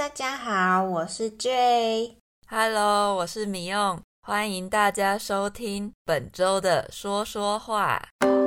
大家好，我是 J。 Hello， 我是米用，欢迎大家收听本周的说说话。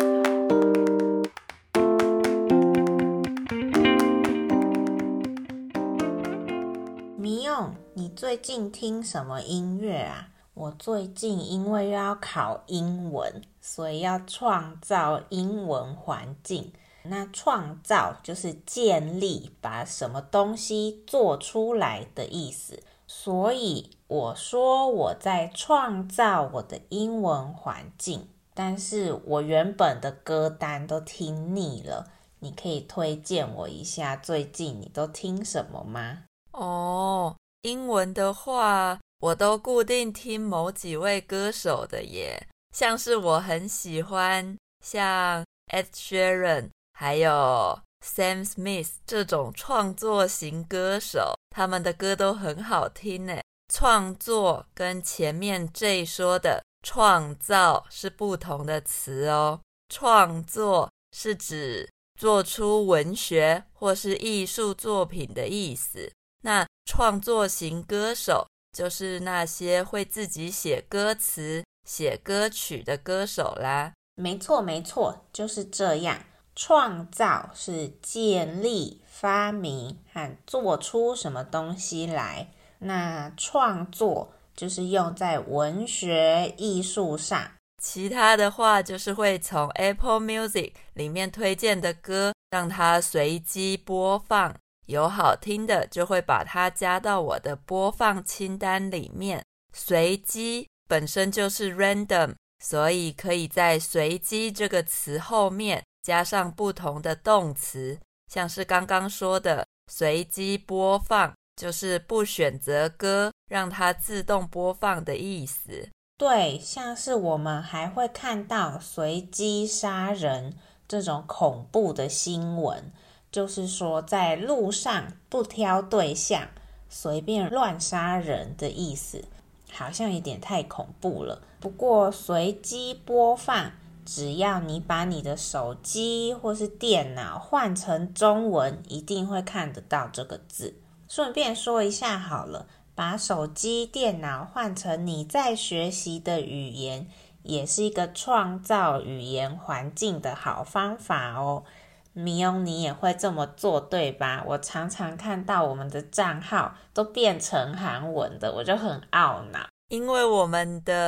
米用，你最近听什么音乐啊？我最近因为又要考英文，所以要创造英文环境。那创造就是建立，把什么东西做出来的意思。所以我说我在创造我的英文环境，但是我原本的歌单都听腻了。你可以推荐我一下最近你都听什么吗？ 英文的话，我都固定听某几位歌手的耶，像是我很喜欢像 Ed Sheeran 还有 Sam Smith 这种创作型歌手，他们的歌都很好听耶。创作跟前面 J 说的创造是不同的词哦。创作是指做出文学或是艺术作品的意思，那创作型歌手就是那些会自己写歌词、写歌曲的歌手啦。 没错，就是这样。创造是建立、发明和做出什么东西来，那创作就是用在文学、艺术上。 其他的话就是会从 Apple Music 里面推荐的歌，让它随机播放，有好听的就会把它加到我的播放清单里面。随机本身就是 random， 所以可以在随机这个词后面加上不同的动词，像是刚刚说的随机播放，就是不选择歌，让它自动播放的意思。 对，像是我们还会看到随机杀人这种恐怖的新闻，就是说在路上不挑对象，随便乱杀人的意思，好像有点太恐怖了。不过随机播放，只要你把你的手机或是电脑换成中文，一定会看得到这个字。顺便说一下好了，把手机、电脑换成你在学习的语言，也是一个创造语言环境的好方法哦。米翁，你也会这么做对吧？我常常看到我们的账号都变成韩文的，我就很懊恼。 因为我们的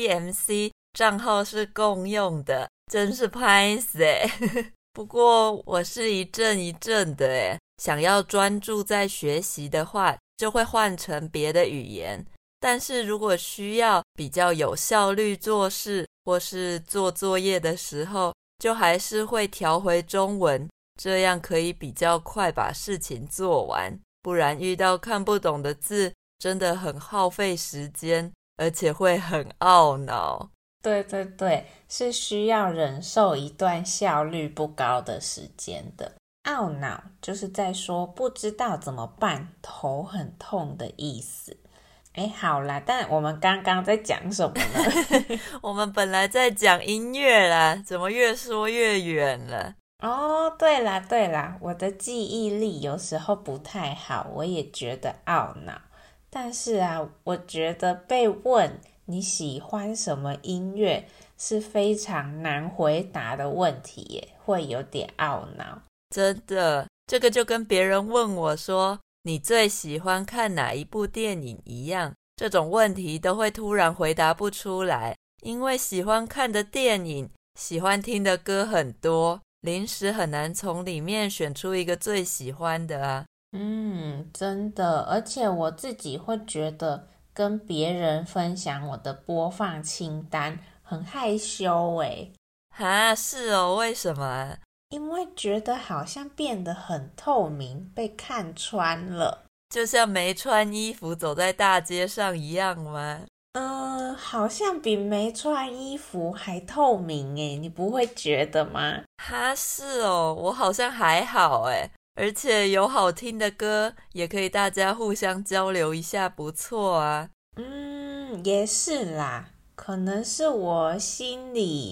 TTMC 账号是共用的，真是拍死耶。不过我是一阵一阵的耶，想要专注在学习的话，就会换成别的语言。但是如果需要比较有效率做事或是做作业的时候，就还是会调回中文，这样可以比较快把事情做完。不然遇到看不懂的字，真的很耗费时间，而且会很懊恼。 对，是需要忍受一段效率不高的时间的。懊恼就是在说不知道怎么办，头很痛的意思。好啦，但我们刚刚在讲什么呢？ 我们本来在讲音乐啦，怎么越说越远了？ 对啦，我的记忆力有时候不太好，我也觉得懊恼。但是啊，我觉得被问你喜欢什么音乐是非常难回答的问题耶，会有点懊恼。 真的，这个就跟别人问我说你最喜欢看哪一部电影一样，这种问题都会突然回答不出来，因为喜欢看的电影、喜欢听的歌很多，临时很难从里面选出一个最喜欢的啊。 真的，而且我自己会觉得跟别人分享我的播放清单很害羞耶。 是哦，为什么啊？ 因为觉得好像变得很透明，被看穿了。 就像没穿衣服走在大街上一样吗？ 好像比没穿衣服还透明耶，你不会觉得吗？ 是哦，我好像还好耶，而且有好听的歌，也可以大家互相交流一下，不错啊。 也是啦，可能是我心里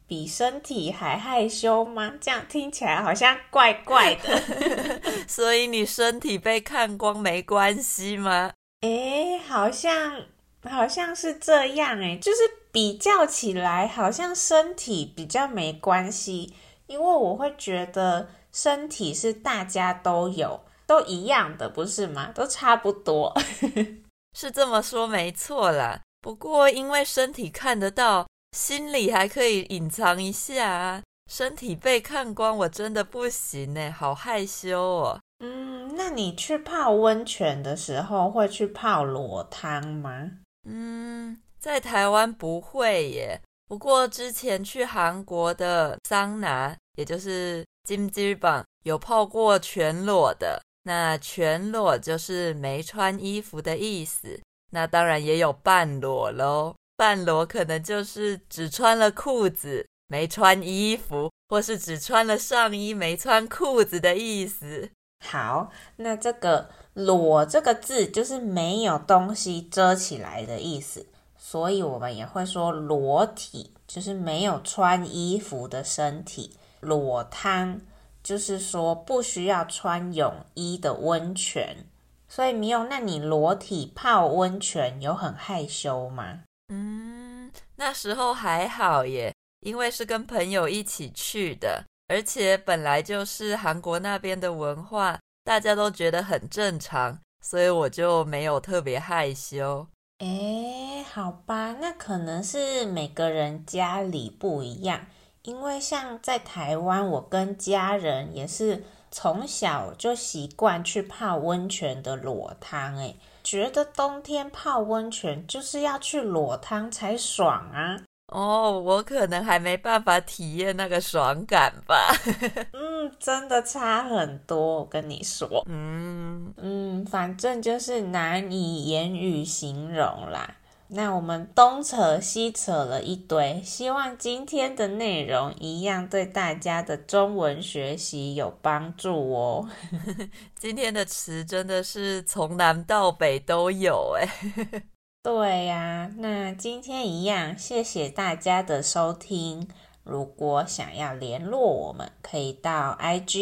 比身体还害羞吗？这样听起来好像怪怪的。 所以你身体被看光没关系吗？ 好像是这样就是比较起来，好像身体比较没关系，因为我会觉得身体是大家都有，都一样的，不是吗？都差不多。 是这么说没错啦，不过因为身体看得到，心里还可以隐藏一下啊。身体被看光，我真的不行耶，好害羞哦。 那你去泡温泉的时候会去泡裸汤吗？ 在台湾不会耶。不过之前去韩国的桑拿，也就是찜질방，有泡过全裸的。那全裸就是没穿衣服的意思。那当然也有半裸咯，半裸可能就是只穿了裤子没穿衣服，或是只穿了上衣没穿裤子的意思。 好，那这个裸这个字就是没有东西遮起来的意思，所以我们也会说裸体，就是没有穿衣服的身体。裸汤就是说不需要穿泳衣的温泉。所以米友，那你裸体泡温泉有很害羞吗？ 那时候还好耶，因为是跟朋友一起去的，而且本来就是韩国那边的文化，大家都觉得很正常，所以我就没有特别害羞。 好吧，那可能是每个人家里不一样，因为像在台湾，我跟家人也是从小就习惯去泡温泉的裸汤，觉得冬天泡温泉就是要去裸汤才爽啊。 我可能还没办法体验那个爽感吧。 真的差很多，我跟你说。反正就是难以言语形容啦。那我们东扯西扯了一堆，希望今天的内容一样对大家的中文学习有帮助哦。 今天的词真的是从南到北都有耶。 对呀，那今天一样，谢谢大家的收听。如果想要联络我们，可以到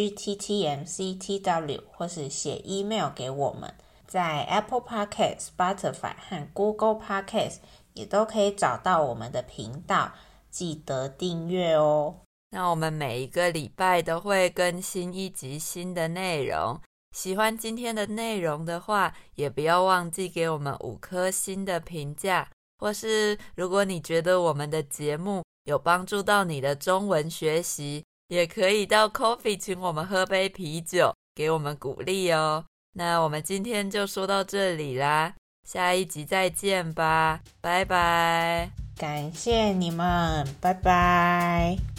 IGTTMCTW 或是写 email 给我们，在 Apple Podcast、Spotify 和 Google Podcast 也都可以找到我们的频道，记得订阅哦。 那我们每一个礼拜都会更新一集新的内容，喜欢今天的内容的话，也不要忘记给我们5颗星的评价，或是如果你觉得我们的节目有帮助到你的中文学习，也可以到 Coffee 请我们喝杯啤酒，给我们鼓励哦。那我们今天就说到这里啦，下一集再见吧，拜拜。 感谢你们，拜拜。